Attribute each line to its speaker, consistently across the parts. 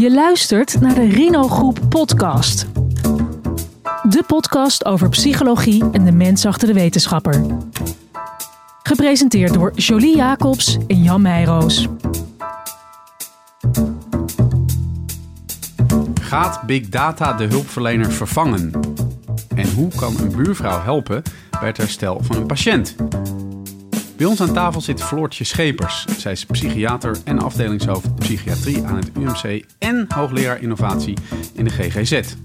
Speaker 1: Je luistert naar de Rino Groep podcast. De podcast over psychologie en de mens achter de wetenschapper. Gepresenteerd door Jolie Jacobs en Jan Meijroos.
Speaker 2: Gaat Big Data de hulpverlener vervangen? En hoe kan een buurvrouw helpen bij het herstel van een patiënt? Bij ons aan tafel zit Floortje Schepers. Zij is psychiater en afdelingshoofd psychiatrie aan het UMC en hoogleraar innovatie in de GGZ.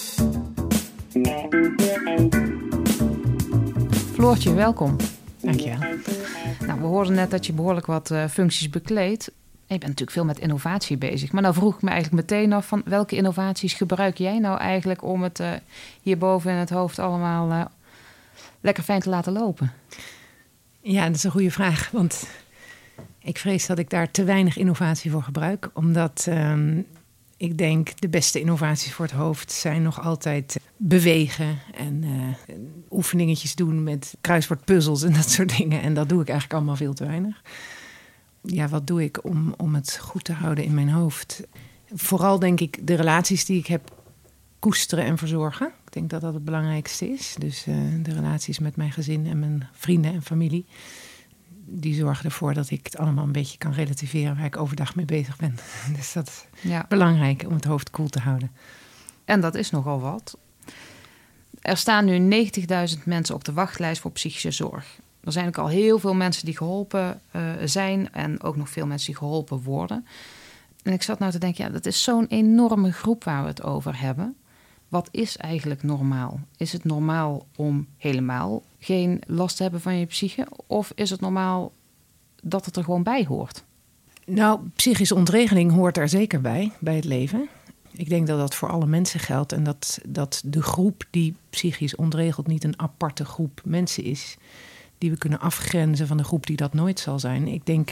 Speaker 3: Floortje, welkom.
Speaker 4: Dankjewel.
Speaker 3: Nou, we hoorden net dat je behoorlijk wat functies bekleedt. Je bent natuurlijk veel met innovatie bezig. Maar nou vroeg ik me eigenlijk meteen af van welke innovaties gebruik jij nou eigenlijk om het hierboven in het hoofd allemaal lekker fijn te laten lopen?
Speaker 4: Ja, dat is een goede vraag. Want ik vrees dat ik daar te weinig innovatie voor gebruik. Omdat ik denk de beste innovaties voor het hoofd zijn nog altijd bewegen. En oefeningetjes doen met kruiswoordpuzzels en dat soort dingen. En dat doe ik eigenlijk allemaal veel te weinig. Ja, wat doe ik om het goed te houden in mijn hoofd? Vooral denk ik de relaties die ik heb koesteren en verzorgen. Ik denk dat dat het belangrijkste is. Dus de relaties met mijn gezin en mijn vrienden en familie. Die zorgen ervoor dat ik het allemaal een beetje kan relativeren waar ik overdag mee bezig ben. Dus dat is belangrijk om het hoofd koel te houden.
Speaker 3: En dat is nogal wat. Er staan nu 90.000 mensen op de wachtlijst voor psychische zorg. Er zijn ook al heel veel mensen die geholpen zijn en ook nog veel mensen die geholpen worden. En ik zat nou te denken, ja, dat is zo'n enorme groep waar we het over hebben. Wat is eigenlijk normaal? Is het normaal om helemaal geen last te hebben van je psyche? Of is het normaal dat het er gewoon bij hoort?
Speaker 4: Nou, psychische ontregeling hoort er zeker bij het leven. Ik denk dat dat voor alle mensen geldt. En dat de groep die psychisch ontregelt niet een aparte groep mensen is die we kunnen afgrenzen van de groep die dat nooit zal zijn. Ik denk,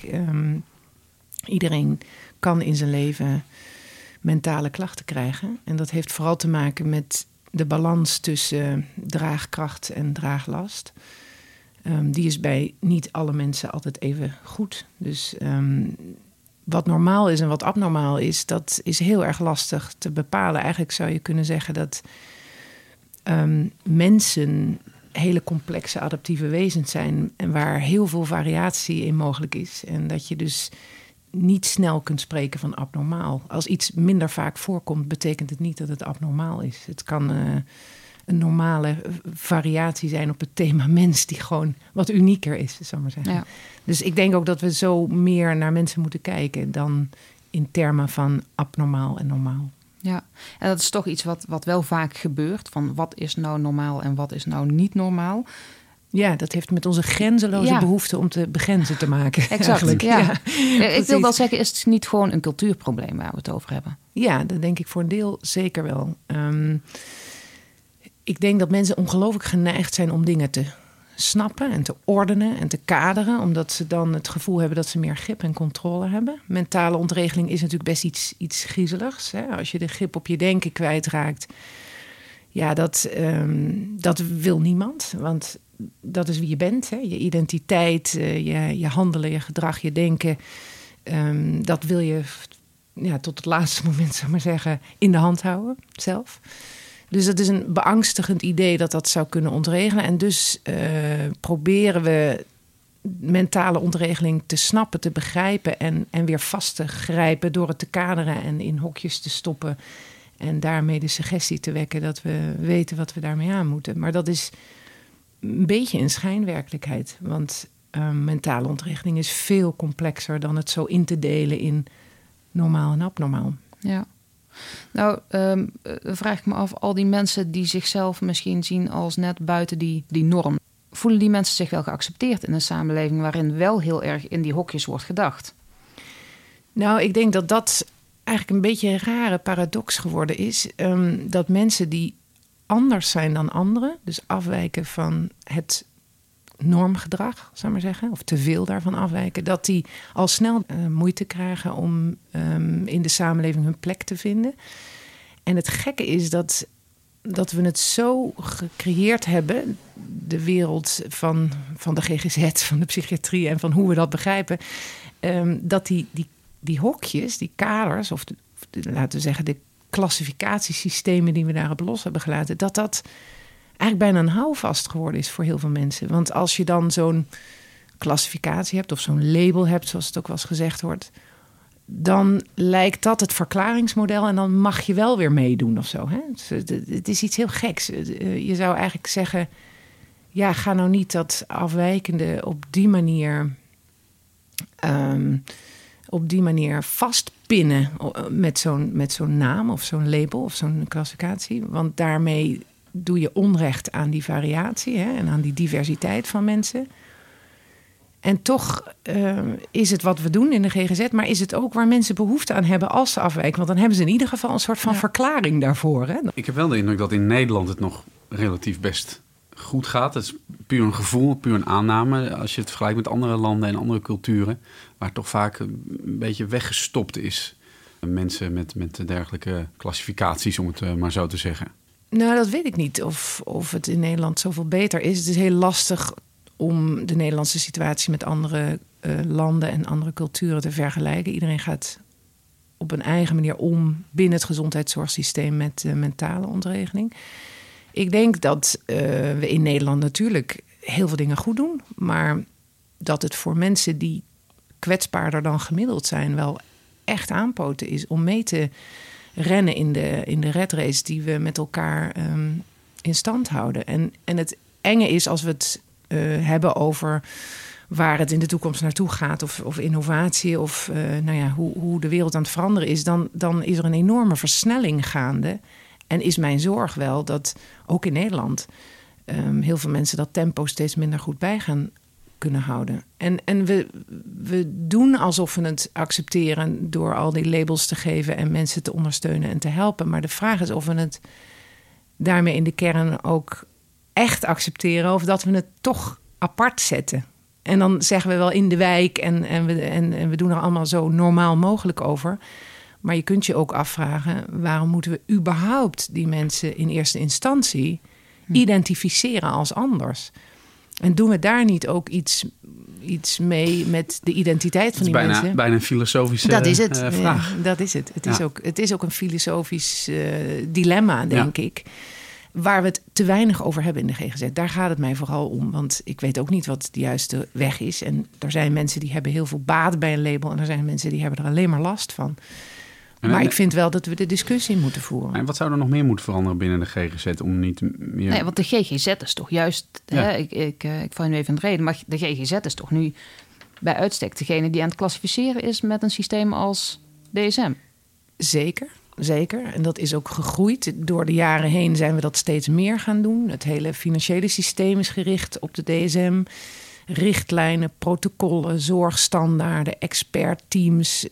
Speaker 4: iedereen kan in zijn leven mentale klachten krijgen. En dat heeft vooral te maken met de balans tussen draagkracht en draaglast. Die is bij niet alle mensen altijd even goed. Dus wat normaal is en wat abnormaal is, dat is heel erg lastig te bepalen. Eigenlijk zou je kunnen zeggen dat mensen hele complexe adaptieve wezens zijn en waar heel veel variatie in mogelijk is. En dat je dus niet snel kunt spreken van abnormaal. Als iets minder vaak voorkomt, betekent het niet dat het abnormaal is. Het kan een normale variatie zijn op het thema mens die gewoon wat unieker is, zal ik maar zeggen. Ja. Dus ik denk ook dat we zo meer naar mensen moeten kijken dan in termen van abnormaal en normaal.
Speaker 3: Ja, en dat is toch iets wat wel vaak gebeurt. Van wat is nou normaal en wat is nou niet normaal?
Speaker 4: Ja, dat heeft met onze grenzeloze behoefte om te begrenzen te maken.
Speaker 3: Exact, ja. Ik wil wel zeggen, is het niet gewoon een cultuurprobleem waar we het over hebben?
Speaker 4: Ja, dat denk ik voor een deel zeker wel. Ik denk dat mensen ongelooflijk geneigd zijn om dingen te snappen en te ordenen en te kaderen, omdat ze dan het gevoel hebben dat ze meer grip en controle hebben. Mentale ontregeling is natuurlijk best iets griezeligs. Hè? Als je de grip op je denken kwijtraakt, ja, dat wil niemand. Want dat is wie je bent. Hè? Je identiteit, je handelen, je gedrag, je denken. Dat wil je tot het laatste moment, zou ik maar zeggen, in de hand houden zelf. Dus dat is een beangstigend idee dat zou kunnen ontregelen. En dus proberen we mentale ontregeling te snappen, te begrijpen en weer vast te grijpen door het te kaderen en in hokjes te stoppen. En daarmee de suggestie te wekken dat we weten wat we daarmee aan moeten. Maar dat is een beetje een schijnwerkelijkheid. Want mentale ontregeling is veel complexer dan het zo in te delen in normaal en abnormaal.
Speaker 3: Ja. Nou, vraag ik me af, al die mensen die zichzelf misschien zien als net buiten die norm. Voelen die mensen zich wel geaccepteerd in een samenleving waarin wel heel erg in die hokjes wordt gedacht?
Speaker 4: Nou, ik denk dat eigenlijk een beetje een rare paradox geworden is. Dat mensen die anders zijn dan anderen, dus afwijken van het normgedrag, zou ik maar zeggen, of te veel daarvan afwijken, dat die al snel moeite krijgen om in de samenleving hun plek te vinden. En het gekke is dat we het zo gecreëerd hebben, de wereld van de GGZ, van de psychiatrie en van hoe we dat begrijpen, dat die hokjes, die kaders of laten we zeggen, de klassificatiesystemen die we daarop los hebben gelaten, dat eigenlijk bijna een houvast geworden is voor heel veel mensen. Want als je dan zo'n klassificatie hebt of zo'n label hebt, zoals het ook wel eens gezegd wordt, dan lijkt dat het verklaringsmodel en dan mag je wel weer meedoen of zo. Hè? Het is iets heel geks. Je zou eigenlijk zeggen, ja, ga nou niet dat afwijkende op die manier vastpinnen met zo'n naam of zo'n label of zo'n klassificatie. Want daarmee doe je onrecht aan die variatie, hè, en aan die diversiteit van mensen. En toch is het wat we doen in de GGZ, maar is het ook waar mensen behoefte aan hebben als ze afwijken. Want dan hebben ze in ieder geval een soort van verklaring daarvoor. Hè?
Speaker 2: Ik heb wel de indruk dat in Nederland het nog relatief best goed gaat. Het is puur een gevoel, puur een aanname. Als je het vergelijkt met andere landen en andere culturen, waar het toch vaak een beetje weggestopt is. Mensen met dergelijke klassificaties, om het maar zo te zeggen.
Speaker 4: Nou, dat weet ik niet of het in Nederland zoveel beter is. Het is heel lastig om de Nederlandse situatie met andere landen en andere culturen te vergelijken. Iedereen gaat op een eigen manier om binnen het gezondheidszorgsysteem met mentale ontregeling. Ik denk dat we in Nederland natuurlijk heel veel dingen goed doen, maar dat het voor mensen die kwetsbaarder dan gemiddeld zijn wel echt aanpoten is om mee te rennen in de red race die we met elkaar in stand houden. En het enge is als we het hebben over waar het in de toekomst naartoe gaat, of innovatie, of hoe de wereld aan het veranderen is, dan is er een enorme versnelling gaande. En is mijn zorg wel dat ook in Nederland heel veel mensen dat tempo steeds minder goed bij gaan kunnen houden. En we doen alsof we het accepteren door al die labels te geven en mensen te ondersteunen en te helpen. Maar de vraag is of we het daarmee in de kern ook echt accepteren of dat we het toch apart zetten. En dan zeggen we wel in de wijk en we doen er allemaal zo normaal mogelijk over. Maar je kunt je ook afvragen, waarom moeten we überhaupt die mensen in eerste instantie identificeren als anders? En doen we daar niet ook iets mee met de identiteit van die mensen?
Speaker 2: Bijna een filosofische vraag.
Speaker 4: Ja, dat is het. Het is ook een filosofisch dilemma, denk ik. Waar we het te weinig over hebben in de GGZ. Daar gaat het mij vooral om. Want ik weet ook niet wat de juiste weg is. En er zijn mensen die hebben heel veel baat bij een label. En er zijn mensen die hebben er alleen maar last van. Maar ik vind wel dat we de discussie moeten voeren.
Speaker 2: En wat zou er nog meer moeten veranderen binnen de GGZ om niet meer...
Speaker 3: Nee, want de GGZ is toch juist... Ja. Hè, ik val nu even in de reden, maar de GGZ is toch nu bij uitstek degene die aan het klassificeren is met een systeem als DSM?
Speaker 4: Zeker. En dat is ook gegroeid. Door de jaren heen zijn we dat steeds meer gaan doen. Het hele financiële systeem is gericht op de DSM. Richtlijnen, protocollen, zorgstandaarden, expertteams.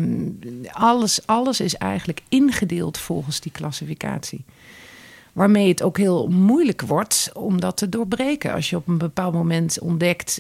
Speaker 4: Alles is eigenlijk ingedeeld volgens die klassificatie. Waarmee het ook heel moeilijk wordt om dat te doorbreken. Als je op een bepaald moment ontdekt,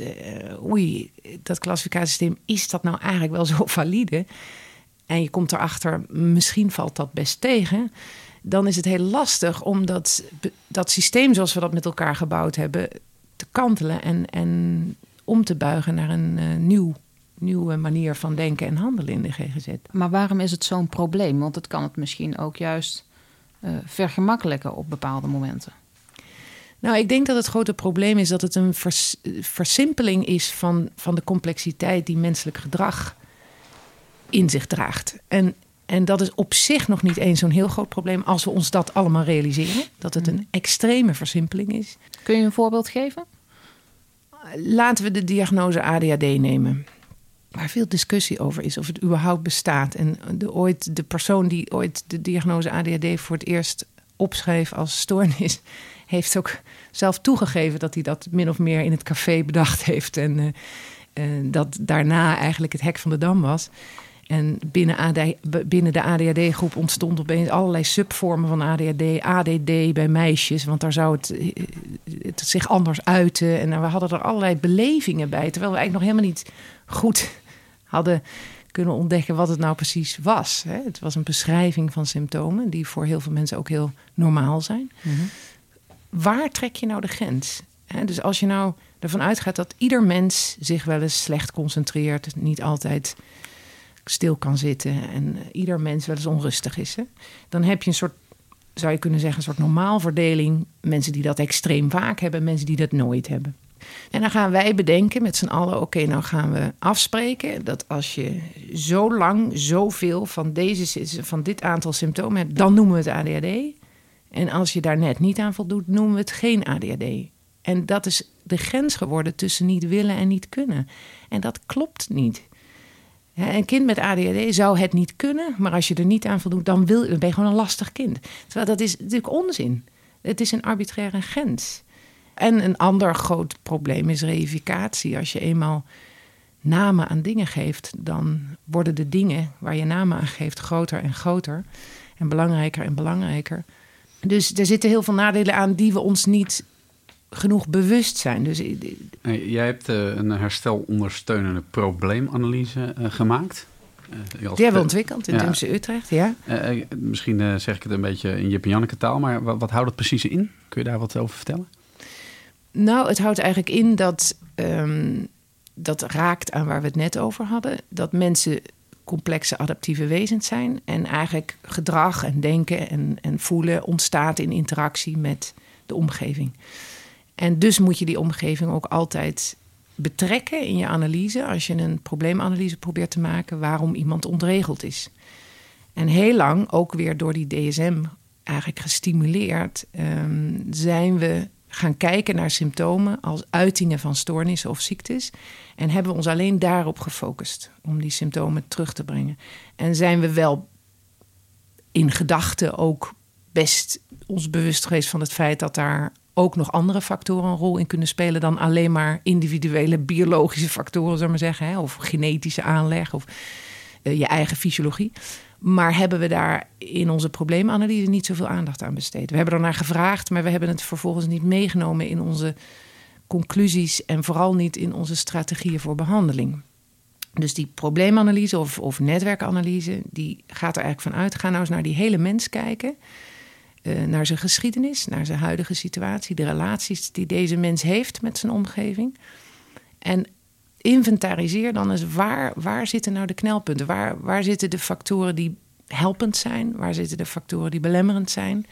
Speaker 4: dat klassificatiesysteem, is dat nou eigenlijk wel zo valide? En je komt erachter, misschien valt dat best tegen. Dan is het heel lastig om dat systeem zoals we dat met elkaar gebouwd hebben te kantelen en om te buigen naar een nieuwe manier van denken en handelen in de GGZ.
Speaker 3: Maar waarom is het zo'n probleem? Want het kan het misschien ook juist vergemakkelijken op bepaalde momenten.
Speaker 4: Nou, ik denk dat het grote probleem is dat het een versimpeling is van de complexiteit die menselijk gedrag in zich draagt. En dat is op zich nog niet eens zo'n heel groot probleem als we ons dat allemaal realiseren. Dat het een extreme versimpeling is.
Speaker 3: Kun je een voorbeeld geven?
Speaker 4: Laten we de diagnose ADHD nemen. Waar veel discussie over is of het überhaupt bestaat. En de persoon die ooit de diagnose ADHD voor het eerst opschreef als stoornis, heeft ook zelf toegegeven dat hij dat min of meer in het café bedacht heeft. En dat daarna eigenlijk het hek van de dam was. En binnen de ADHD-groep ontstond opeens allerlei subvormen van ADHD. ADD bij meisjes, want daar zou het zich anders uiten. En we hadden er allerlei belevingen bij. Terwijl we eigenlijk nog helemaal niet goed hadden kunnen ontdekken wat het nou precies was. Het was een beschrijving van symptomen die voor heel veel mensen ook heel normaal zijn. Mm-hmm. Waar trek je nou de grens? Dus als je nou ervan uitgaat dat ieder mens zich wel eens slecht concentreert, niet altijd stil kan zitten en ieder mens wel eens onrustig is. Hè? Dan heb je een soort, zou je kunnen zeggen, een soort normaalverdeling. Mensen die dat extreem vaak hebben, mensen die dat nooit hebben. En dan gaan wij bedenken met z'n allen, oké, nou gaan we afspreken dat als je zo lang zoveel van dit aantal symptomen hebt, dan noemen we het ADHD. En als je daar net niet aan voldoet, noemen we het geen ADHD. En dat is de grens geworden tussen niet willen en niet kunnen. En dat klopt niet. Een kind met ADHD zou het niet kunnen, maar als je er niet aan voldoet, dan ben je gewoon een lastig kind. Terwijl dat is natuurlijk onzin. Het is een arbitraire grens. En een ander groot probleem is reificatie. Als je eenmaal namen aan dingen geeft, dan worden de dingen waar je namen aan geeft groter en groter. En belangrijker en belangrijker. Dus er zitten heel veel nadelen aan die we ons niet genoeg bewust zijn. Dus,
Speaker 2: jij hebt een herstelondersteunende probleemanalyse gemaakt.
Speaker 4: Die hebben we ontwikkeld in Dumse Utrecht, ja.
Speaker 2: Misschien zeg ik het een beetje in Jip en Janneke taal, maar wat houdt het precies in? Kun je daar wat over vertellen?
Speaker 4: Nou, het houdt eigenlijk in dat raakt aan waar we het net over hadden. Dat mensen complexe adaptieve wezens zijn. En eigenlijk gedrag en denken en voelen ontstaat in interactie met de omgeving. En dus moet je die omgeving ook altijd betrekken in je analyse. Als je een probleemanalyse probeert te maken waarom iemand ontregeld is. En heel lang, ook weer door die DSM eigenlijk gestimuleerd, zijn we gaan kijken naar symptomen als uitingen van stoornissen of ziektes. En hebben we ons alleen daarop gefocust om die symptomen terug te brengen. En zijn we wel in gedachten ook best ons bewust geweest van het feit dat daar ook nog andere factoren een rol in kunnen spelen dan alleen maar individuele biologische factoren, zou ik maar zeggen, hè? Of genetische aanleg of je eigen fysiologie. Maar hebben we daar in onze probleemanalyse niet zoveel aandacht aan besteed. We hebben er naar gevraagd, maar we hebben het vervolgens niet meegenomen in onze conclusies en vooral niet in onze strategieën voor behandeling. Dus die probleemanalyse of netwerkanalyse, die gaat er eigenlijk van uit. Ga nou eens naar die hele mens kijken. Naar zijn geschiedenis, naar zijn huidige situatie, de relaties die deze mens heeft met zijn omgeving. En inventariseer dan eens waar zitten nou de knelpunten? Waar zitten de factoren die helpend zijn? Waar zitten de factoren die belemmerend zijn?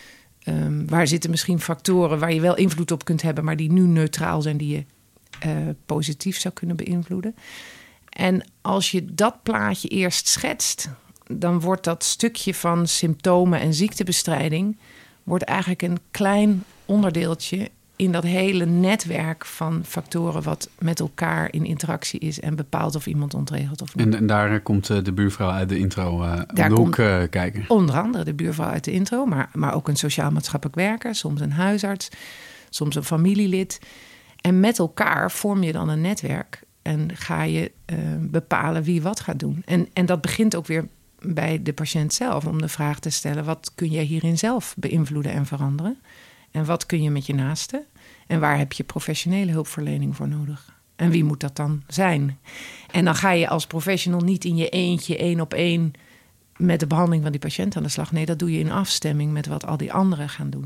Speaker 4: Waar zitten misschien factoren waar je wel invloed op kunt hebben, maar die nu neutraal zijn, die je positief zou kunnen beïnvloeden? En als je dat plaatje eerst schetst, dan wordt dat stukje van symptomen en ziektebestrijding wordt eigenlijk een klein onderdeeltje in dat hele netwerk van factoren wat met elkaar in interactie is en bepaalt of iemand ontregelt of niet.
Speaker 2: En daar komt de buurvrouw uit de intro om de hoek kijken.
Speaker 4: Onder andere de buurvrouw uit de intro, maar ook een sociaal-maatschappelijk werker, soms een huisarts, soms een familielid. En met elkaar vorm je dan een netwerk en ga je bepalen wie wat gaat doen. En dat begint ook weer bij de patiënt zelf om de vraag te stellen: wat kun jij hierin zelf beïnvloeden en veranderen? En wat kun je met je naasten? En waar heb je professionele hulpverlening voor nodig? En wie moet dat dan zijn? En dan ga je als professional niet in je eentje 1-op-1 met de behandeling van die patiënt aan de slag. Nee, dat doe je in afstemming met wat al die anderen gaan doen.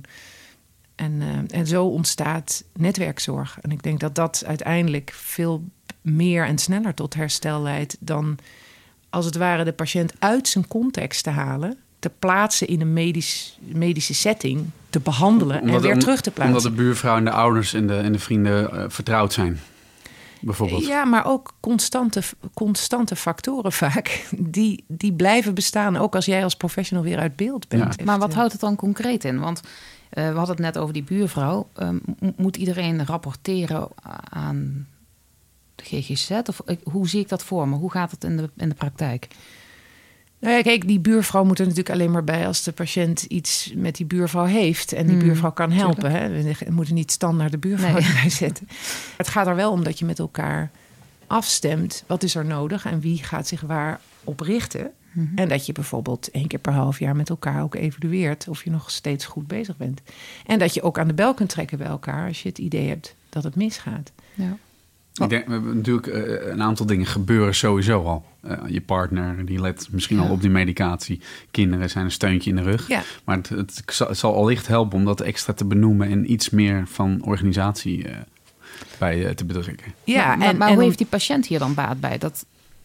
Speaker 4: En zo ontstaat netwerkzorg. En ik denk dat dat uiteindelijk veel meer en sneller tot herstel leidt dan als het ware de patiënt uit zijn context te halen, te plaatsen in een medische setting, te behandelen en weer terug te plaatsen.
Speaker 2: Omdat de buurvrouw en de ouders en de vrienden vertrouwd zijn, bijvoorbeeld.
Speaker 4: Ja, maar ook constante factoren vaak, die blijven bestaan, ook als jij als professional weer uit beeld bent.
Speaker 3: Ja. Maar wat houdt het dan concreet in? Want we hadden het net over die buurvrouw. Moet iedereen rapporteren aan de GGZ? Of hoe zie ik dat voor me? Hoe gaat het in de praktijk?
Speaker 4: Nou ja, kijk, die buurvrouw moet er natuurlijk alleen maar bij als de patiënt iets met die buurvrouw heeft en die buurvrouw kan helpen. Hè? We moeten niet standaard de buurvrouw erbij zetten. Het gaat er wel om dat je met elkaar afstemt. Wat is er nodig en wie gaat zich waar op richten? Mm-hmm. En dat je bijvoorbeeld 1 keer per half jaar met elkaar ook evalueert of je nog steeds goed bezig bent. En dat je ook aan de bel kunt trekken bij elkaar als je het idee hebt dat het misgaat.
Speaker 3: Ja.
Speaker 2: Ik denk, we hebben natuurlijk een aantal dingen gebeuren sowieso al. Je partner, die let misschien al op die medicatie. Kinderen zijn een steuntje in de rug. Ja. Maar het zal allicht helpen om dat extra te benoemen en iets meer van organisatie bij te bedrukken.
Speaker 3: Ja, maar hoe heeft die patiënt hier dan baat bij?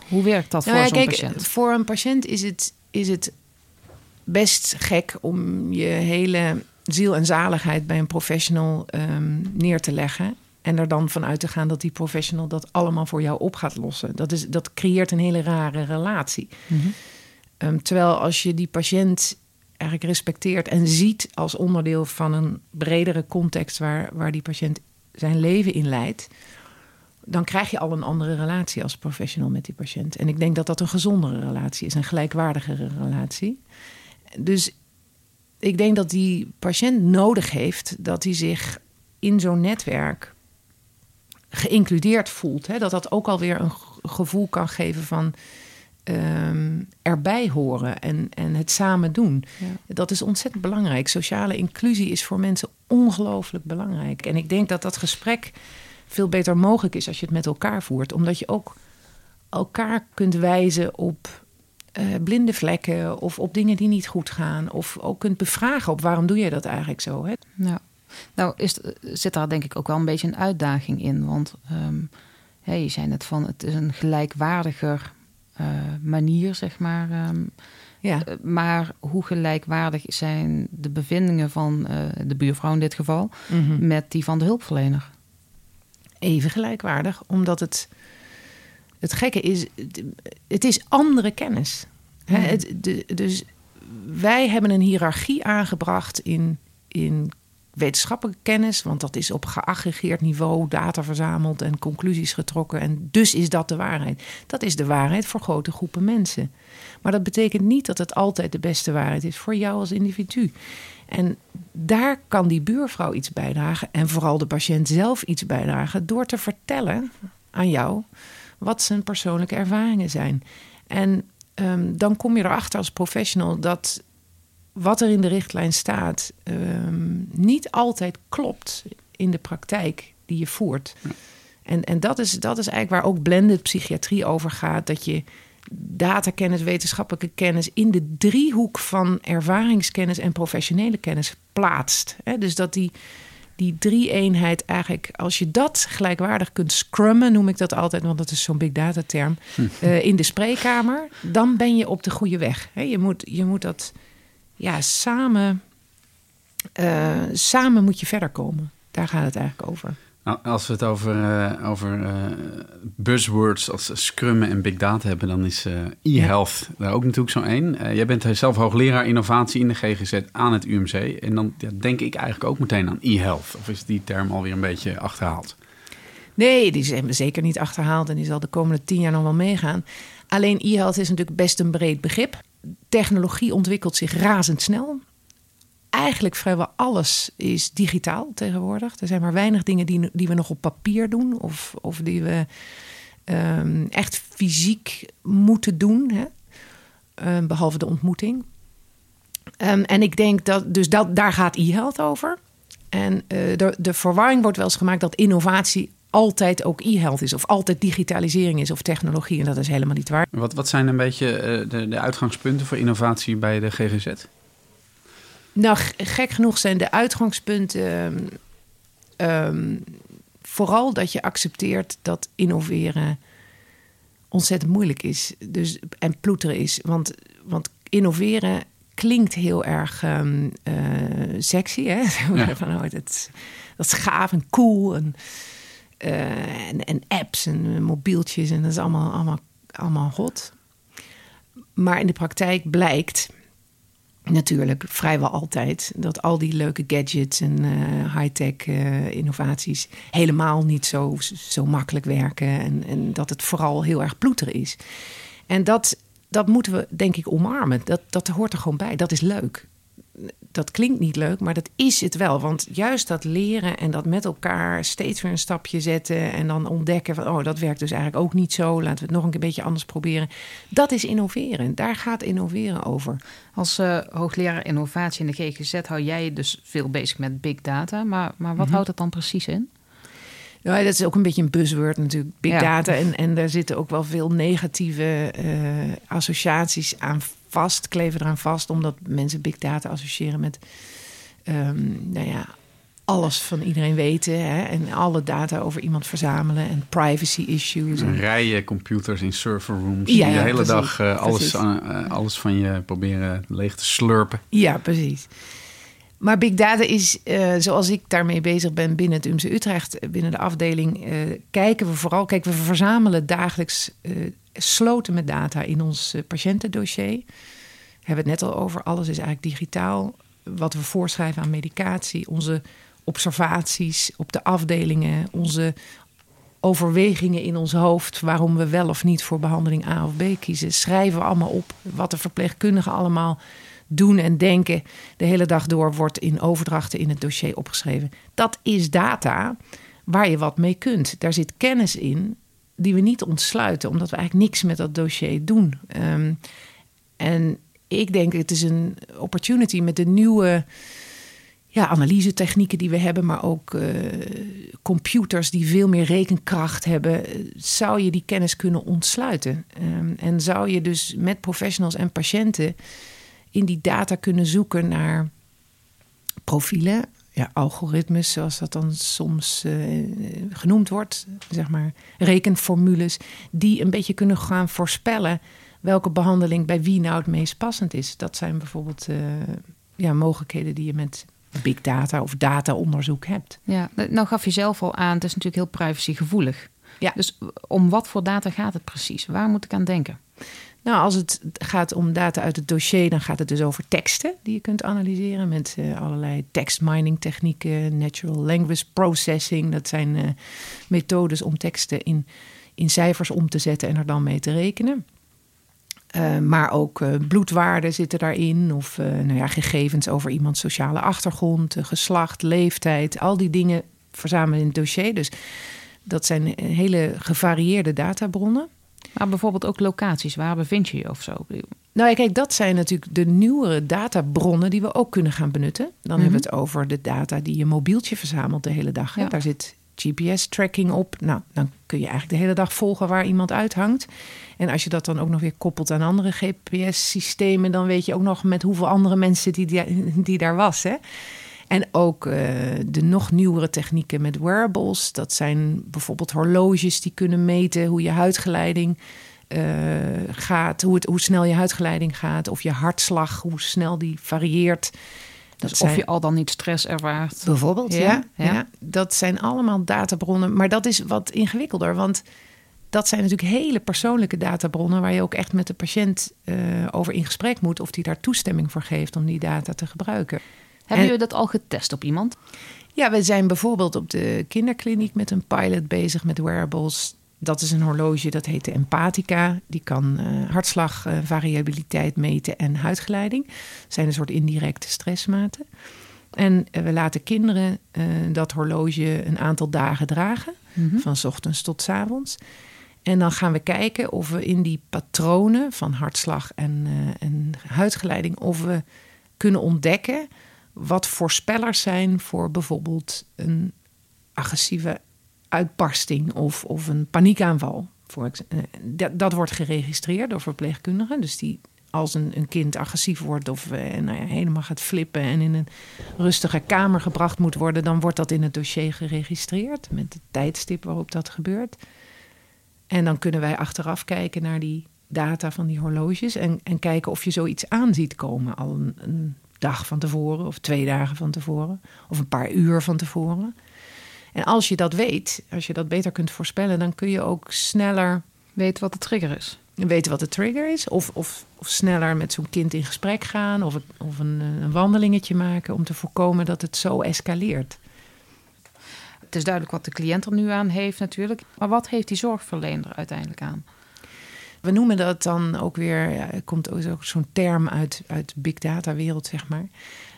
Speaker 3: Hoe werkt dat voor zo'n patiënt?
Speaker 4: Voor een patiënt is het best gek om je hele ziel en zaligheid bij een professional neer te leggen. En er dan vanuit te gaan dat die professional dat allemaal voor jou op gaat lossen. Dat creëert een hele rare relatie. Mm-hmm. Terwijl als je die patiënt eigenlijk respecteert en ziet als onderdeel van een bredere context waar die patiënt zijn leven in leidt, dan krijg je al een andere relatie als professional met die patiënt. En ik denk dat dat een gezondere relatie is, een gelijkwaardigere relatie. Dus ik denk dat die patiënt nodig heeft dat hij zich in zo'n netwerk geïncludeerd voelt. Hè? Dat ook alweer een gevoel kan geven van erbij horen en het samen doen. Ja. Dat is ontzettend belangrijk. Sociale inclusie is voor mensen ongelooflijk belangrijk. En ik denk dat dat gesprek veel beter mogelijk is als je het met elkaar voert. Omdat je ook elkaar kunt wijzen op blinde vlekken of op dingen die niet goed gaan. Of ook kunt bevragen op waarom doe je dat eigenlijk zo. Hè?
Speaker 3: Ja. Nou, zit daar denk ik ook wel een beetje een uitdaging in. Want je zei net van het is een gelijkwaardiger manier, zeg maar. Maar hoe gelijkwaardig zijn de bevindingen van de buurvrouw in dit geval met die van de hulpverlener?
Speaker 4: Even gelijkwaardig, omdat het gekke is, het is andere kennis. Dus wij hebben een hiërarchie aangebracht in wetenschappelijke kennis, want dat is op geaggregeerd niveau data verzameld en conclusies getrokken. En dus is dat de waarheid. Dat is de waarheid voor grote groepen mensen. Maar dat betekent niet dat het altijd de beste waarheid is voor jou als individu. En daar kan die buurvrouw iets bijdragen en vooral de patiënt zelf iets bijdragen door te vertellen aan jou wat zijn persoonlijke ervaringen zijn. En dan kom je erachter als professional dat wat er in de richtlijn staat niet altijd klopt in de praktijk die je voert. Ja. En dat is eigenlijk waar ook blended psychiatrie over gaat. Dat je datakennis, wetenschappelijke kennis in de driehoek van ervaringskennis en professionele kennis plaatst. Dus dat die drie-eenheid eigenlijk, als je dat gelijkwaardig kunt scrummen, noem ik dat altijd, want dat is zo'n big data term, in de spreekkamer, dan ben je op de goede weg. Je moet dat samen moet je verder komen. Daar gaat het eigenlijk over.
Speaker 2: Nou, als we het over buzzwords als scrummen en big data hebben, dan is e-health daar ook natuurlijk zo één. Jij bent zelf hoogleraar innovatie in de GGZ aan het UMC. En dan denk ik eigenlijk ook meteen aan e-health. Of is die term alweer een beetje achterhaald?
Speaker 4: Nee, die zijn we zeker niet achterhaald. En die zal de komende 10 jaar nog wel meegaan. Alleen e-health is natuurlijk best een breed begrip. Technologie ontwikkelt zich razendsnel. Eigenlijk vrijwel alles is digitaal tegenwoordig. Er zijn maar weinig dingen die we nog op papier doen. Of die we echt fysiek moeten doen. Hè? Behalve de ontmoeting. En ik denk daar gaat e-health over. En de verwarring wordt wel eens gemaakt dat innovatie altijd ook e-health is. Of altijd digitalisering is of technologie. En dat is helemaal niet waar.
Speaker 2: Wat zijn een beetje de uitgangspunten voor innovatie bij de GGZ?
Speaker 4: Nou, gek genoeg zijn de uitgangspunten vooral dat je accepteert dat innoveren ontzettend moeilijk is. En ploeteren is. Want innoveren klinkt heel erg sexy. Hè? Ja. Dat is gaaf en cool. En apps en mobieltjes. En dat is allemaal hot. Maar in de praktijk blijkt natuurlijk vrijwel altijd dat al die leuke gadgets en high-tech innovaties helemaal niet zo makkelijk werken. En dat het vooral heel erg ploeteren is. En dat moeten we denk ik omarmen. Dat hoort er gewoon bij. Dat is leuk. Dat klinkt niet leuk, maar dat is het wel. Want juist dat leren en dat met elkaar steeds weer een stapje zetten en dan ontdekken van dat werkt dus eigenlijk ook niet zo. Laten we het nog een beetje anders proberen. Dat is innoveren. Daar gaat innoveren over.
Speaker 3: Als hoogleraar innovatie in de GGZ hou jij dus veel bezig met big data. Maar wat houdt het dan precies in?
Speaker 4: Nou, dat is ook een beetje een buzzword natuurlijk, big data. En daar zitten ook wel veel negatieve associaties aan vast, kleven eraan vast, omdat mensen big data associëren met alles van iedereen weten. Hè? En alle data over iemand verzamelen. En privacy issues.
Speaker 2: En rijen computers in serverrooms.
Speaker 4: Ja,
Speaker 2: die de hele
Speaker 4: precies,
Speaker 2: dag alles van je proberen leeg te slurpen.
Speaker 4: Ja, precies. Maar big data is, zoals ik daarmee bezig ben binnen het UMC Utrecht, binnen de afdeling, kijken we vooral. Kijk, we verzamelen dagelijks sloten met data in ons patiëntendossier. We hebben het net al over. Alles is eigenlijk digitaal. Wat we voorschrijven aan medicatie, onze observaties op de afdelingen, onze overwegingen in ons hoofd, waarom we wel of niet voor behandeling A of B kiezen, schrijven we allemaal op. Wat de verpleegkundigen allemaal doen en denken de hele dag door, wordt in overdrachten in het dossier opgeschreven. Dat is data waar je wat mee kunt. Daar zit kennis in die we niet ontsluiten, omdat we eigenlijk niks met dat dossier doen. En ik denk, het is een opportunity met de nieuwe analysetechnieken die we hebben, maar ook computers die veel meer rekenkracht hebben, zou je die kennis kunnen ontsluiten. En zou je dus met professionals en patiënten in die data kunnen zoeken naar profielen, algoritmes, zoals dat dan soms genoemd wordt, zeg maar rekenformules, die een beetje kunnen gaan voorspellen welke behandeling bij wie nou het meest passend is. Dat zijn bijvoorbeeld mogelijkheden die je met big data of dataonderzoek hebt.
Speaker 3: Ja, nou gaf je zelf al aan, het is natuurlijk heel privacygevoelig.
Speaker 4: Ja.
Speaker 3: Dus om wat voor data gaat het precies? Waar moet ik aan denken?
Speaker 4: Nou, als het gaat om data uit het dossier, dan gaat het dus over teksten die je kunt analyseren met allerlei tekstmining technieken, natural language processing. Dat zijn methodes om teksten in cijfers om te zetten en er dan mee te rekenen. Maar ook bloedwaarden zitten daarin. Of gegevens over iemands sociale achtergrond, geslacht, leeftijd. Al die dingen verzamelen in het dossier. Dus dat zijn hele gevarieerde databronnen.
Speaker 3: Maar bijvoorbeeld ook locaties. Waar bevind je je of zo?
Speaker 4: Nou, kijk, dat zijn natuurlijk de nieuwere databronnen die we ook kunnen gaan benutten. Dan hebben we het over de data die je mobieltje verzamelt de hele dag.
Speaker 3: Ja.
Speaker 4: Daar zit GPS-tracking op. Nou, dan kun je eigenlijk de hele dag volgen waar iemand uithangt. En als je dat dan ook nog weer koppelt aan andere GPS-systemen, dan weet je ook nog met hoeveel andere mensen die daar was. Hè? En ook de nog nieuwere technieken met wearables. Dat zijn bijvoorbeeld horloges die kunnen meten hoe je huidgeleiding gaat. Hoe snel je huidgeleiding gaat. Of je hartslag, hoe snel die varieert.
Speaker 3: Dus of je al dan niet stress ervaart.
Speaker 4: Bijvoorbeeld, ja. Dat zijn allemaal databronnen. Maar dat is wat ingewikkelder. Want dat zijn natuurlijk hele persoonlijke databronnen waar je ook echt met de patiënt over in gesprek moet of die daar toestemming voor geeft om die data te gebruiken.
Speaker 3: Hebben jullie dat al getest op iemand?
Speaker 4: Ja, we zijn bijvoorbeeld op de kinderkliniek met een pilot bezig met wearables. Dat is een horloge, dat heet de Empatica. Die kan hartslag, variabiliteit meten en huidgeleiding. Dat zijn een soort indirecte stressmaten. En we laten kinderen dat horloge een aantal dagen dragen. Van 's ochtends tot 's avonds. En dan gaan we kijken of we in die patronen van hartslag en huidgeleiding, of we kunnen ontdekken wat voorspellers zijn voor bijvoorbeeld een agressieve uitbarsting of een paniekaanval. Dat wordt geregistreerd door verpleegkundigen. Dus als een kind agressief wordt of helemaal gaat flippen en in een rustige kamer gebracht moet worden, dan wordt dat in het dossier geregistreerd met het tijdstip waarop dat gebeurt. En dan kunnen wij achteraf kijken naar die data van die horloges en kijken of je zoiets aan ziet komen al een dag van tevoren of 2 dagen van tevoren of een paar uur van tevoren. En als je dat weet, als je dat beter kunt voorspellen, dan kun je ook sneller
Speaker 3: weten wat de trigger is.
Speaker 4: Weten wat de trigger is. Of sneller met zo'n kind in gesprek gaan of een wandelingetje maken om te voorkomen dat het zo escaleert.
Speaker 3: Het is duidelijk wat de cliënt er nu aan heeft natuurlijk. Maar wat heeft die zorgverlener uiteindelijk aan?
Speaker 4: We noemen dat dan ook weer, er komt ook zo'n term uit big data wereld, zeg maar.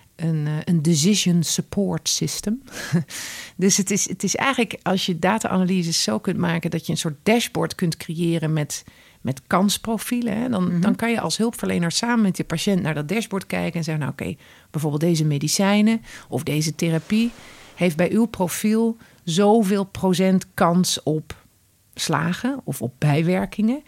Speaker 4: Een decision support system. Dus het is eigenlijk, als je data-analyses zo kunt maken dat je een soort dashboard kunt creëren met kansprofielen. Hè, dan kan je als hulpverlener samen met je patiënt naar dat dashboard kijken en zeggen, nou oké, bijvoorbeeld deze medicijnen of deze therapie heeft bij uw profiel zoveel procent kans op slagen of op bijwerkingen.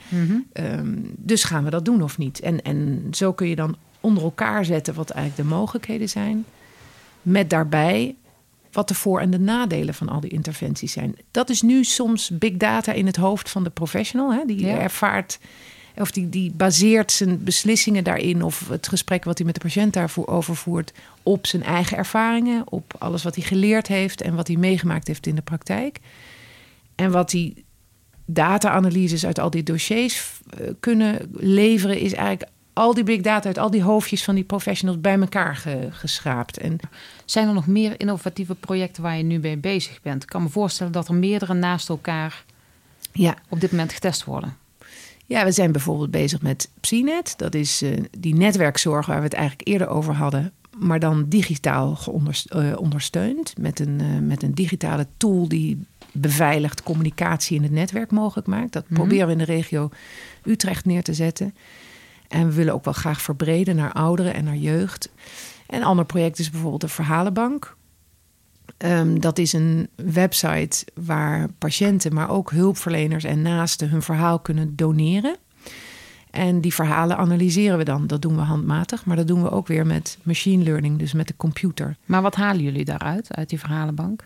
Speaker 4: Dus gaan we dat doen of niet? En zo kun je dan onder elkaar zetten wat eigenlijk de mogelijkheden zijn. Met daarbij wat de voor- en de nadelen van al die interventies zijn. Dat is nu soms big data in het hoofd van de professional. Hè? Die ervaart, of die baseert zijn beslissingen daarin, of het gesprek wat hij met de patiënt daarover voert, op zijn eigen ervaringen, op alles wat hij geleerd heeft en wat hij meegemaakt heeft in de praktijk. En wat die data-analyses uit al die dossiers kunnen leveren, is eigenlijk al die big data uit al die hoofdjes van die professionals bij elkaar geschraapt. En
Speaker 3: zijn er nog meer innovatieve projecten waar je nu mee bezig bent? Ik kan me voorstellen dat er meerdere naast elkaar op dit moment getest worden.
Speaker 4: Ja, we zijn bijvoorbeeld bezig met PsyNet. Dat is die netwerkzorg waar we het eigenlijk eerder over hadden, maar dan digitaal ondersteund met een digitale tool die beveiligd communicatie in het netwerk mogelijk maakt. Dat proberen we in de regio Utrecht neer te zetten. En we willen ook wel graag verbreden naar ouderen en naar jeugd. En een ander project is bijvoorbeeld de Verhalenbank. Dat is een website waar patiënten, maar ook hulpverleners en naasten hun verhaal kunnen doneren. En die verhalen analyseren we dan. Dat doen we handmatig, maar dat doen we ook weer met machine learning, dus met de computer.
Speaker 3: Maar wat halen jullie daaruit, uit die Verhalenbank?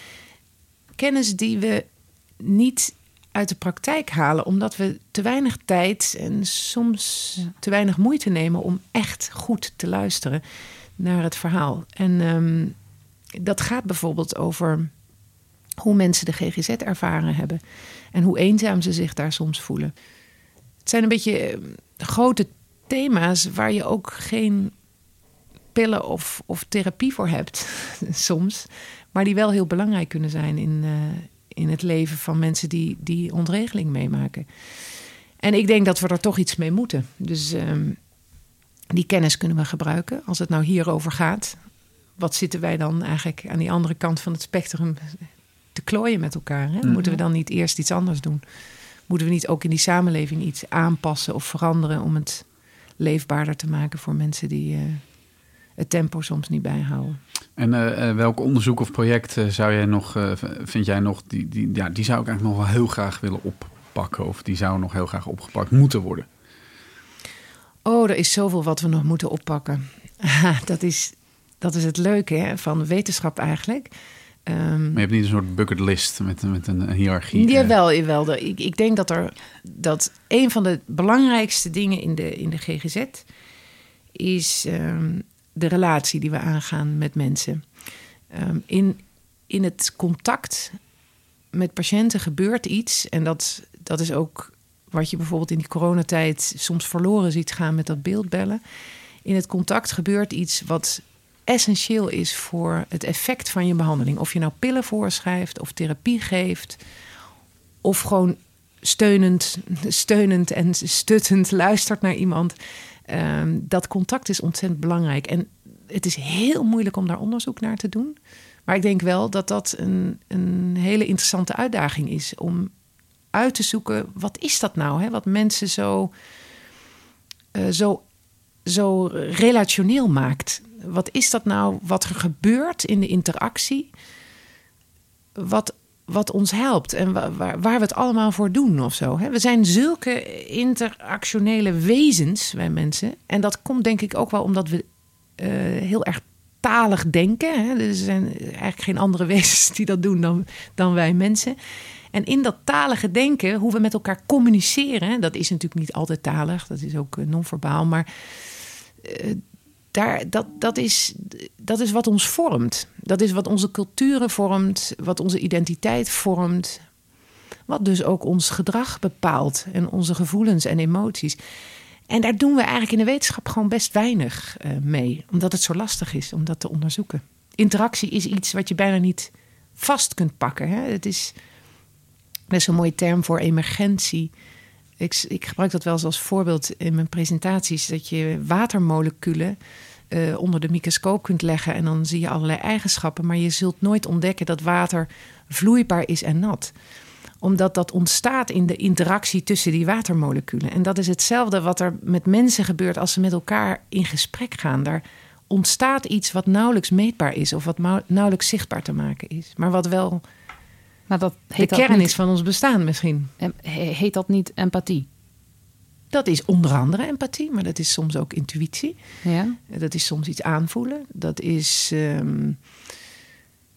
Speaker 4: Kennis die we niet uit de praktijk halen, omdat we te weinig tijd en soms te weinig moeite nemen om echt goed te luisteren naar het verhaal. En dat gaat bijvoorbeeld over hoe mensen de GGZ ervaren hebben en hoe eenzaam ze zich daar soms voelen. Het zijn een beetje grote thema's waar je ook geen pillen of therapie voor hebt soms, maar die wel heel belangrijk kunnen zijn in het leven van mensen die ontregeling meemaken. En ik denk dat we er toch iets mee moeten. Dus die kennis kunnen we gebruiken. Als het nou hierover gaat, wat zitten wij dan eigenlijk aan die andere kant van het spectrum te klooien met elkaar? Hè? Moeten we dan niet eerst iets anders doen? Moeten we niet ook in die samenleving iets aanpassen of veranderen om het leefbaarder te maken voor mensen die het tempo soms niet bijhouden?
Speaker 2: En welk onderzoek of project zou jij nog, vind jij nog, die zou ik eigenlijk nog wel heel graag willen oppakken, of die zou nog heel graag opgepakt moeten worden?
Speaker 4: Oh, er is zoveel wat we nog moeten oppakken. Dat is het leuke, hè, van wetenschap eigenlijk.
Speaker 2: Maar je hebt niet een soort bucketlist met een hiërarchie.
Speaker 4: Jawel. Ik denk dat een van de belangrijkste dingen in de GGZ is de relatie die we aangaan met mensen. In het contact met patiënten gebeurt iets. En dat is ook wat je bijvoorbeeld in die coronatijd soms verloren ziet gaan met dat beeldbellen. In het contact gebeurt iets wat essentieel is voor het effect van je behandeling. Of je nou pillen voorschrijft of therapie geeft, of gewoon steunend en stuttend luistert naar iemand. Dat contact is ontzettend belangrijk. En het is heel moeilijk om daar onderzoek naar te doen. Maar ik denk wel dat een hele interessante uitdaging is om uit te zoeken, wat is dat nou? Hè? Wat mensen zo relationeel maakt. Wat is dat nou wat er gebeurt in de interactie? Wat ons helpt en waar we het allemaal voor doen of zo. Hè? We zijn zulke interactionele wezens, wij mensen. En dat komt denk ik ook wel omdat we heel erg talig denken. Hè? Er zijn eigenlijk geen andere wezens die dat doen dan wij mensen. En in dat talige denken, hoe we met elkaar communiceren, dat is natuurlijk niet altijd talig, dat is ook non-verbaal, maar dat is wat ons vormt. Dat is wat onze culturen vormt, wat onze identiteit vormt, wat dus ook ons gedrag bepaalt en onze gevoelens en emoties. En daar doen we eigenlijk in de wetenschap gewoon best weinig mee, omdat het zo lastig is om dat te onderzoeken. Interactie is iets wat je bijna niet vast kunt pakken. Hè? Het is best een mooie term voor emergentie. Ik gebruik dat wel eens als voorbeeld in mijn presentaties, dat je watermoleculen onder de microscoop kunt leggen en dan zie je allerlei eigenschappen, maar je zult nooit ontdekken dat water vloeibaar is en nat. Omdat dat ontstaat in de interactie tussen die watermoleculen. En dat is hetzelfde wat er met mensen gebeurt als ze met elkaar in gesprek gaan. Daar ontstaat iets wat nauwelijks meetbaar is of wat nauwelijks zichtbaar te maken is. Maar wat wel
Speaker 3: maar dat
Speaker 4: heet de kern is van ons bestaan misschien.
Speaker 3: Heet dat niet empathie?
Speaker 4: Dat is onder andere empathie, maar dat is soms ook intuïtie.
Speaker 3: Ja.
Speaker 4: Dat is soms iets aanvoelen. Dat is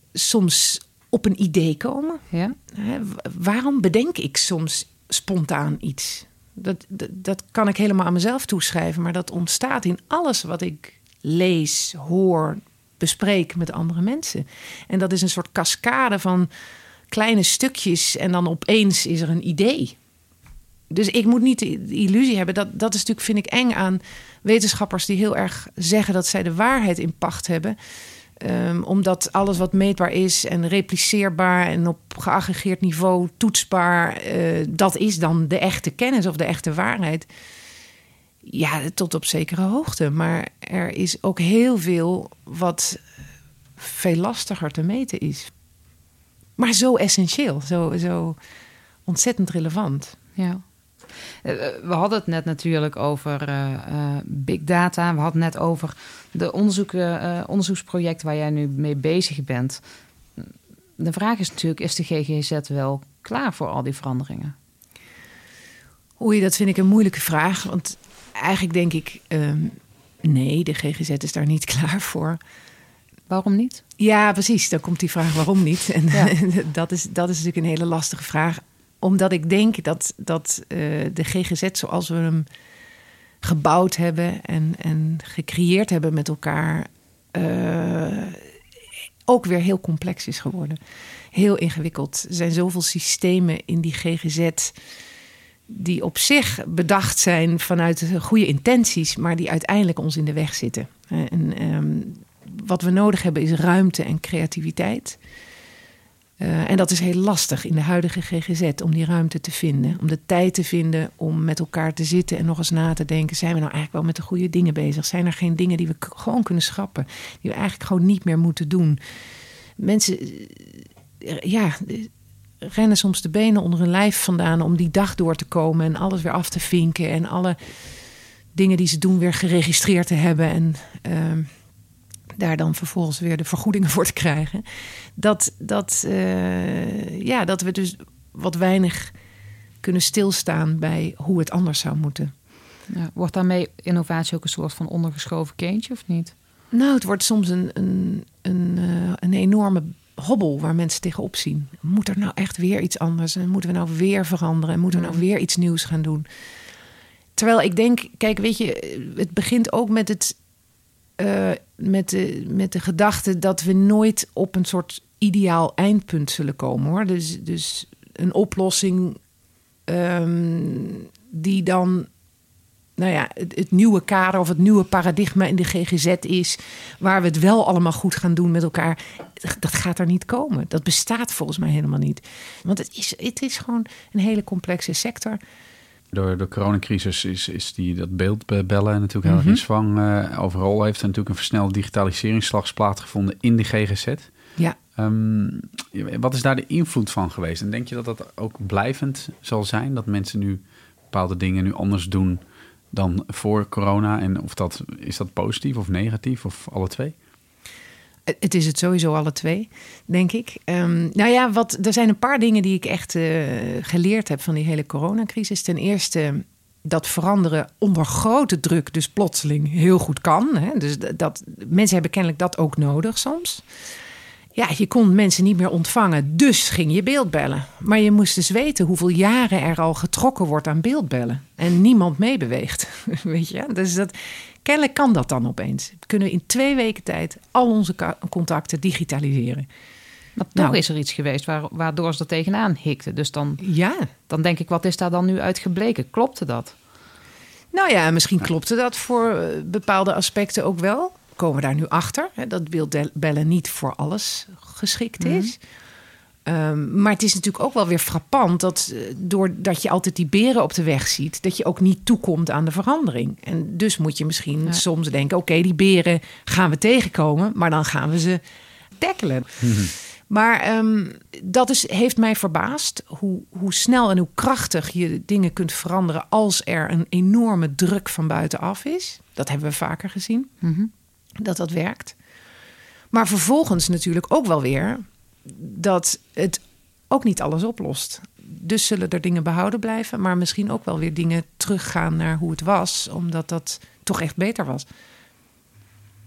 Speaker 4: soms op een idee komen.
Speaker 3: Ja?
Speaker 4: Waarom bedenk ik soms spontaan iets? Dat kan ik helemaal aan mezelf toeschrijven, maar dat ontstaat in alles wat ik lees, hoor, bespreek met andere mensen. En dat is een soort cascade van kleine stukjes en dan opeens is er een idee. Dus ik moet niet de illusie hebben. Dat is natuurlijk, vind ik, eng aan wetenschappers die heel erg zeggen dat zij de waarheid in pacht hebben. Omdat alles wat meetbaar is en repliceerbaar en op geaggregeerd niveau toetsbaar, dat is dan de echte kennis of de echte waarheid. Ja, tot op zekere hoogte. Maar er is ook heel veel wat veel lastiger te meten is. Maar zo essentieel, zo ontzettend relevant.
Speaker 3: Ja. We hadden het net natuurlijk over big data. We hadden het net over de onderzoeksproject waar jij nu mee bezig bent. De vraag is natuurlijk, is de GGZ wel klaar voor al die veranderingen?
Speaker 4: Oei, dat vind ik een moeilijke vraag. Want eigenlijk denk ik, nee, de GGZ is daar niet klaar voor.
Speaker 3: Waarom niet?
Speaker 4: Ja, precies. Dan komt die vraag waarom niet. En
Speaker 3: ja.
Speaker 4: dat is natuurlijk een hele lastige vraag. Omdat ik denk dat de GGZ zoals we hem gebouwd hebben en gecreëerd hebben met elkaar, ook weer heel complex is geworden. Heel ingewikkeld. Er zijn zoveel systemen in die GGZ die op zich bedacht zijn vanuit goede intenties, maar die uiteindelijk ons in de weg zitten. En wat we nodig hebben is ruimte en creativiteit. En dat is heel lastig in de huidige GGZ om die ruimte te vinden. Om de tijd te vinden om met elkaar te zitten en nog eens na te denken. Zijn we nou eigenlijk wel met de goede dingen bezig? Zijn er geen dingen die we gewoon kunnen schrappen? Die we eigenlijk gewoon niet meer moeten doen? Mensen rennen soms de benen onder hun lijf vandaan om die dag door te komen en alles weer af te vinken. En alle dingen die ze doen weer geregistreerd te hebben. En daar dan vervolgens weer de vergoedingen voor te krijgen. Dat we dus wat weinig kunnen stilstaan bij hoe het anders zou moeten.
Speaker 3: Ja, wordt daarmee innovatie ook een soort van ondergeschoven kindje of niet?
Speaker 4: Nou, het wordt soms een enorme hobbel waar mensen tegenop zien. Moet er nou echt weer iets anders? En moeten we nou weer veranderen? En moeten we nou weer iets nieuws gaan doen? Terwijl ik denk, kijk, weet je, het begint ook met het met de gedachte dat we nooit op een soort ideaal eindpunt zullen komen, hoor. Dus een oplossing die dan, nou ja, het nieuwe kader of het nieuwe paradigma in de GGZ is, waar we het wel allemaal goed gaan doen met elkaar. Dat gaat er niet komen. Dat bestaat volgens mij helemaal niet. Want het is gewoon een hele complexe sector.
Speaker 2: Door de coronacrisis is dat beeldbellen natuurlijk heel erg in zwang. Overal heeft er natuurlijk een versnelde digitaliseringsslag plaatsgevonden in de GGZ.
Speaker 4: Ja.
Speaker 2: Wat is daar de invloed van geweest? En denk je dat dat ook blijvend zal zijn? Dat mensen nu bepaalde dingen nu anders doen dan voor corona? En is dat positief of negatief of alle twee?
Speaker 4: Het is het sowieso alle twee, denk ik. Er zijn een paar dingen die ik echt geleerd heb van die hele coronacrisis. Ten eerste dat veranderen onder grote druk dus plotseling heel goed kan. Hè? Dus mensen hebben kennelijk dat ook nodig soms. Ja, je kon mensen niet meer ontvangen, dus ging je beeldbellen. Maar je moest dus weten hoeveel jaren er al getrokken wordt aan beeldbellen. En niemand meebeweegt, weet je. Dus kennelijk kan dat dan opeens. Kunnen we in 2 weken tijd al onze contacten digitaliseren.
Speaker 3: Maar toch is er iets geweest waardoor ze er tegenaan hikten. Dus dan denk ik, wat is daar dan nu uit gebleken? Klopte dat? Nou ja, misschien klopte dat voor bepaalde aspecten ook wel. Komen we daar nu achter, hè, dat beeldbellen niet voor alles geschikt is. Maar het is natuurlijk ook wel weer frappant dat doordat je altijd die beren op de weg ziet, dat je ook niet toekomt aan de verandering. En dus moet je misschien soms denken, oké, die beren gaan we tegenkomen, maar dan gaan we ze tackelen. Maar dat heeft mij verbaasd hoe snel en hoe krachtig je dingen kunt veranderen als er een enorme druk van buitenaf is. Dat hebben we vaker gezien. Dat werkt. Maar vervolgens natuurlijk ook wel weer dat het ook niet alles oplost. Dus zullen er dingen behouden blijven, maar misschien ook wel weer dingen teruggaan naar hoe het was, omdat dat toch echt beter was.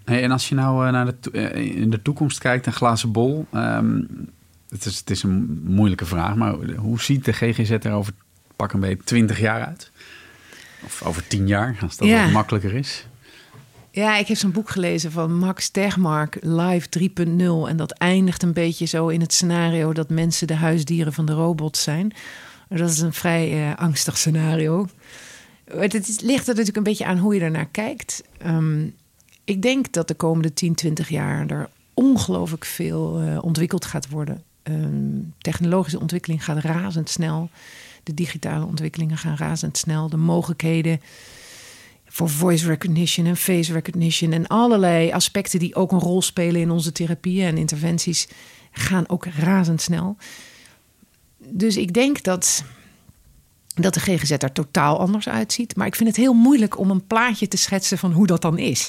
Speaker 2: Hey, en als je nou naar in de toekomst kijkt, een glazen bol. Het is een moeilijke vraag, maar hoe ziet de GGZ er over pak een beetje 20 jaar uit? Of over 10 jaar, als dat wat makkelijker is.
Speaker 4: Ja, ik heb zo'n boek gelezen van Max Tegmark, Live 3.0. En dat eindigt een beetje zo in het scenario dat mensen de huisdieren van de robots zijn. Dat is een vrij angstig scenario. Het ligt er natuurlijk een beetje aan hoe je daarnaar kijkt. Ik denk dat de komende 10, 20 jaar er ongelooflijk veel ontwikkeld gaat worden. Technologische ontwikkeling gaat razendsnel. De digitale ontwikkelingen gaan razendsnel. De mogelijkheden voor voice recognition en face recognition en allerlei aspecten die ook een rol spelen in onze therapieën en interventies gaan ook razendsnel. Dus ik denk dat de GGZ er totaal anders uitziet. Maar ik vind het heel moeilijk om een plaatje te schetsen van hoe dat dan is.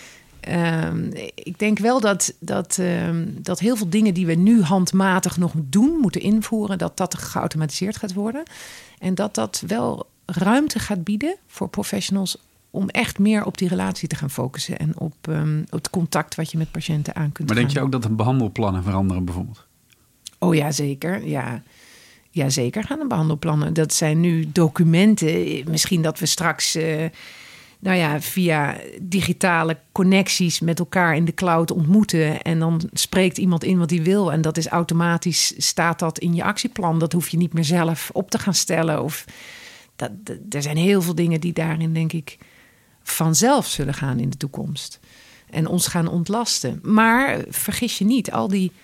Speaker 4: Ik denk wel dat heel veel dingen die we nu handmatig nog doen, moeten invoeren, dat geautomatiseerd gaat worden. En dat wel ruimte gaat bieden voor professionals om echt meer op die relatie te gaan focussen en op het contact wat je met patiënten aan kunt.
Speaker 2: Maar denk je ook dat de behandelplannen veranderen bijvoorbeeld?
Speaker 4: Oh ja, zeker. Ja, zeker gaan de behandelplannen. Dat zijn nu documenten. Misschien dat we straks via digitale connecties met elkaar in de cloud ontmoeten. En dan spreekt iemand in wat hij wil. En dat is automatisch, staat dat in je actieplan. Dat hoef je niet meer zelf op te gaan stellen. Er zijn heel veel dingen die daarin, denk ik, vanzelf zullen gaan in de toekomst. En ons gaan ontlasten. Maar vergis je niet,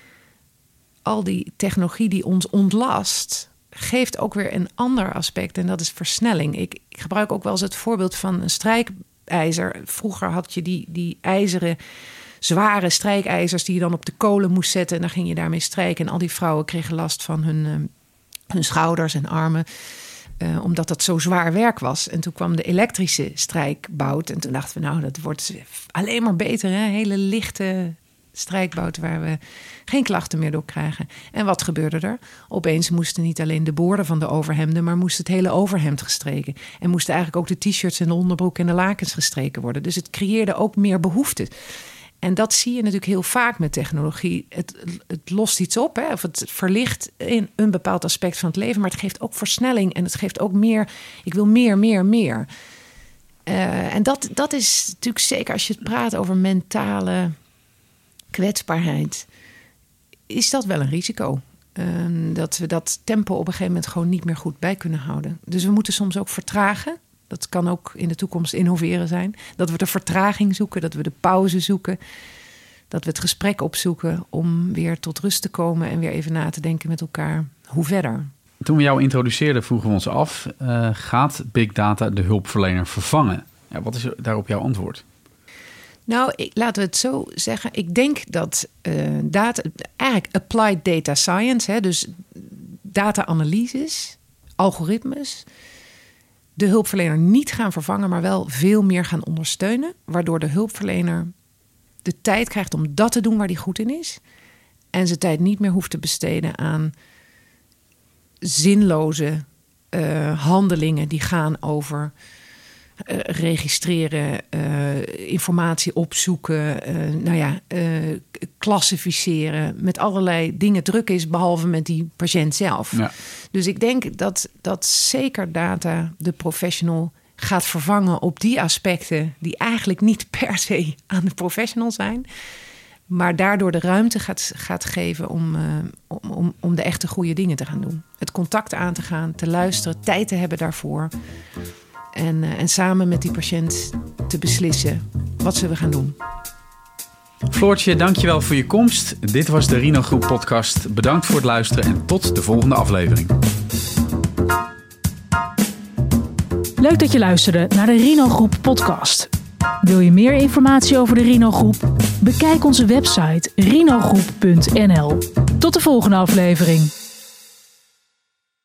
Speaker 4: al die technologie die ons ontlast, geeft ook weer een ander aspect. En dat is versnelling. Ik gebruik ook wel eens het voorbeeld van een strijkijzer. Vroeger had je die ijzeren, zware strijkijzers die je dan op de kolen moest zetten. En dan ging je daarmee strijken. En al die vrouwen kregen last van hun schouders en armen. Omdat dat zo zwaar werk was. En toen kwam de elektrische strijkbout. En toen dachten we, dat wordt alleen maar beter. Hè? Hele lichte strijkbout waar we geen klachten meer door krijgen. En wat gebeurde er? Opeens moesten niet alleen de boorden van de overhemden, maar moest het hele overhemd gestreken. En moesten eigenlijk ook de t-shirts en de onderbroek en de lakens gestreken worden. Dus het creëerde ook meer behoefte. En dat zie je natuurlijk heel vaak met technologie. Het lost iets op, hè? Of het verlicht in een bepaald aspect van het leven, maar het geeft ook versnelling en het geeft ook meer. Ik wil meer. En dat is natuurlijk zeker als je het praat over mentale kwetsbaarheid, is dat wel een risico. Dat we dat tempo op een gegeven moment gewoon niet meer goed bij kunnen houden. Dus we moeten soms ook vertragen. Dat kan ook in de toekomst innoveren zijn. Dat we de vertraging zoeken, dat we de pauze zoeken. Dat we het gesprek opzoeken om weer tot rust te komen en weer even na te denken met elkaar. Hoe verder?
Speaker 2: Toen we jou introduceerden vroegen we ons af, gaat Big Data de hulpverlener vervangen? Ja, wat is daarop jouw antwoord?
Speaker 4: Nou, laten we het zo zeggen. Ik denk dat eigenlijk applied data science, dus data-analyses, algoritmes, de hulpverlener niet gaan vervangen, maar wel veel meer gaan ondersteunen. Waardoor de hulpverlener de tijd krijgt om dat te doen waar hij goed in is. En zijn tijd niet meer hoeft te besteden aan zinloze handelingen die gaan over registreren, informatie opzoeken, klassificeren, met allerlei dingen druk is, behalve met die patiënt zelf. Ja. Dus ik denk dat zeker data de professional gaat vervangen op die aspecten die eigenlijk niet per se aan de professional zijn, maar daardoor de ruimte gaat geven om de echte goede dingen te gaan doen. Het contact aan te gaan, te luisteren, tijd te hebben daarvoor. En samen met die patiënt te beslissen wat ze we gaan doen.
Speaker 2: Floortje, dankjewel voor je komst. Dit was de Rino Groep podcast. Bedankt voor het luisteren en tot de volgende aflevering.
Speaker 1: Leuk dat je luisterde naar de Rino Groep podcast. Wil je meer informatie over de Rino Groep? Bekijk onze website rinogroep.nl. Tot de volgende aflevering.